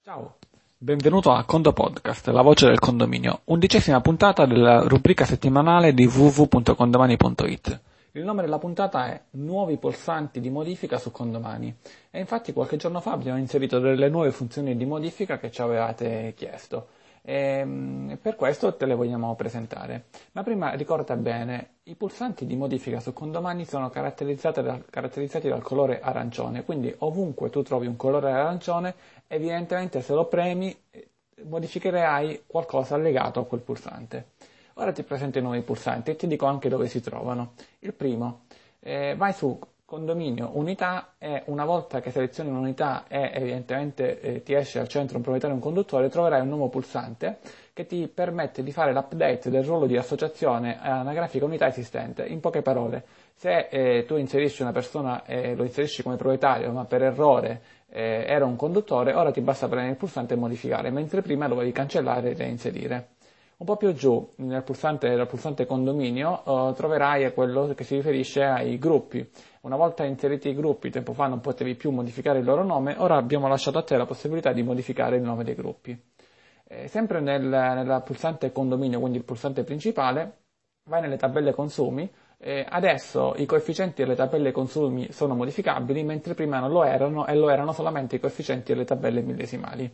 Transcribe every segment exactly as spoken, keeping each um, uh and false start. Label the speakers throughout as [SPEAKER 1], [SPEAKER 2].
[SPEAKER 1] Ciao, benvenuto a Condo Podcast, la voce del condominio, undicesima puntata della rubrica settimanale di w w w punto condomani punto i t. Il nome della puntata è Nuovi pulsanti di modifica su Condomani e infatti qualche giorno fa abbiamo inserito delle nuove funzioni di modifica che ci avevate chiesto e per questo te le vogliamo presentare. Ma prima ricorda bene, i pulsanti di modifica su Condomani sono caratterizzati dal, caratterizzati dal colore arancione, quindi ovunque tu trovi un colore arancione, evidentemente se lo premi modificherai qualcosa legato a quel pulsante. Ora ti presento i nuovi pulsanti e ti dico anche dove si trovano. Il primo, eh, vai su condominio unità e una volta che selezioni un'unità e evidentemente eh, ti esce al centro un proprietario e un conduttore, troverai un nuovo pulsante che ti permette di fare l'update del ruolo di associazione anagrafica unità esistente. In poche parole, se eh, tu inserisci una persona e lo inserisci come proprietario ma per errore eh, era un conduttore, ora ti basta premere il pulsante e modificare, mentre prima dovevi cancellare e reinserire. Un po' più giù, nel pulsante, nel pulsante condominio, uh, troverai quello che si riferisce ai gruppi. Una volta inseriti i gruppi, tempo fa non potevi più modificare il loro nome, ora abbiamo lasciato a te la possibilità di modificare il nome dei gruppi. Eh, sempre nel, nel pulsante condominio, quindi il pulsante principale, vai nelle tabelle consumi. Eh, adesso i coefficienti delle tabelle consumi sono modificabili, mentre prima non lo erano e lo erano solamente i coefficienti delle tabelle millesimali.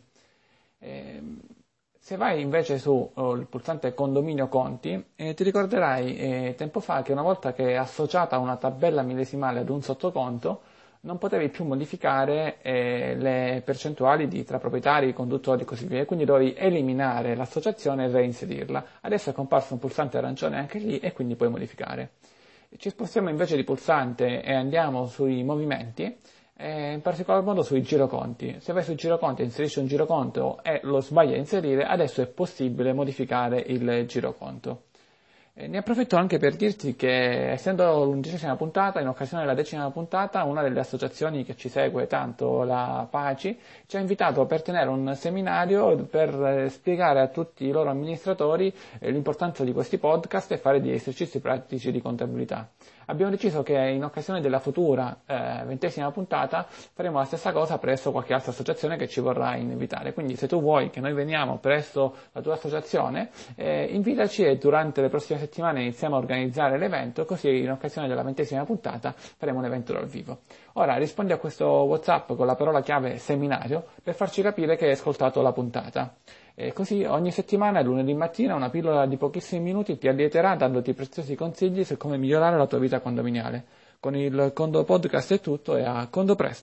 [SPEAKER 1] Eh, Se vai invece sul uh, pulsante condominio conti, eh, ti ricorderai eh, tempo fa che una volta che è associata una tabella millesimale ad un sottoconto, non potevi più modificare eh, le percentuali di, tra proprietari, conduttori e così via, quindi dovevi eliminare l'associazione e reinserirla. Adesso è comparso un pulsante arancione anche lì e quindi puoi modificare. Ci spostiamo invece di pulsante e andiamo sui movimenti. Eh, in particolar modo sui giroconti. Se vai sui giroconti e inserisci un giroconto e lo sbagli a inserire, adesso è possibile modificare il giroconto. Eh, ne approfitto anche per dirti che, essendo l'undicesima puntata, in occasione della decima puntata, una delle associazioni che ci segue tanto, la Paci, ci ha invitato per tenere un seminario per eh, spiegare a tutti i loro amministratori eh, l'importanza di questi podcast e fare degli esercizi pratici di contabilità. Abbiamo deciso che in occasione della futura eh, ventesima puntata faremo la stessa cosa presso qualche altra associazione che ci vorrà invitare. Quindi se tu vuoi che noi veniamo presso la tua associazione, eh, invitaci e durante le prossime settimane iniziamo a organizzare l'evento, così in occasione della ventesima puntata faremo un evento dal vivo. Ora rispondi a questo WhatsApp con la parola chiave seminario per farci capire che hai ascoltato la puntata. E così ogni settimana, lunedì mattina, una pillola di pochissimi minuti ti allieterà dandoti preziosi consigli su come migliorare la tua vita condominiale. Con il Condo Podcast è tutto e a Condo presto!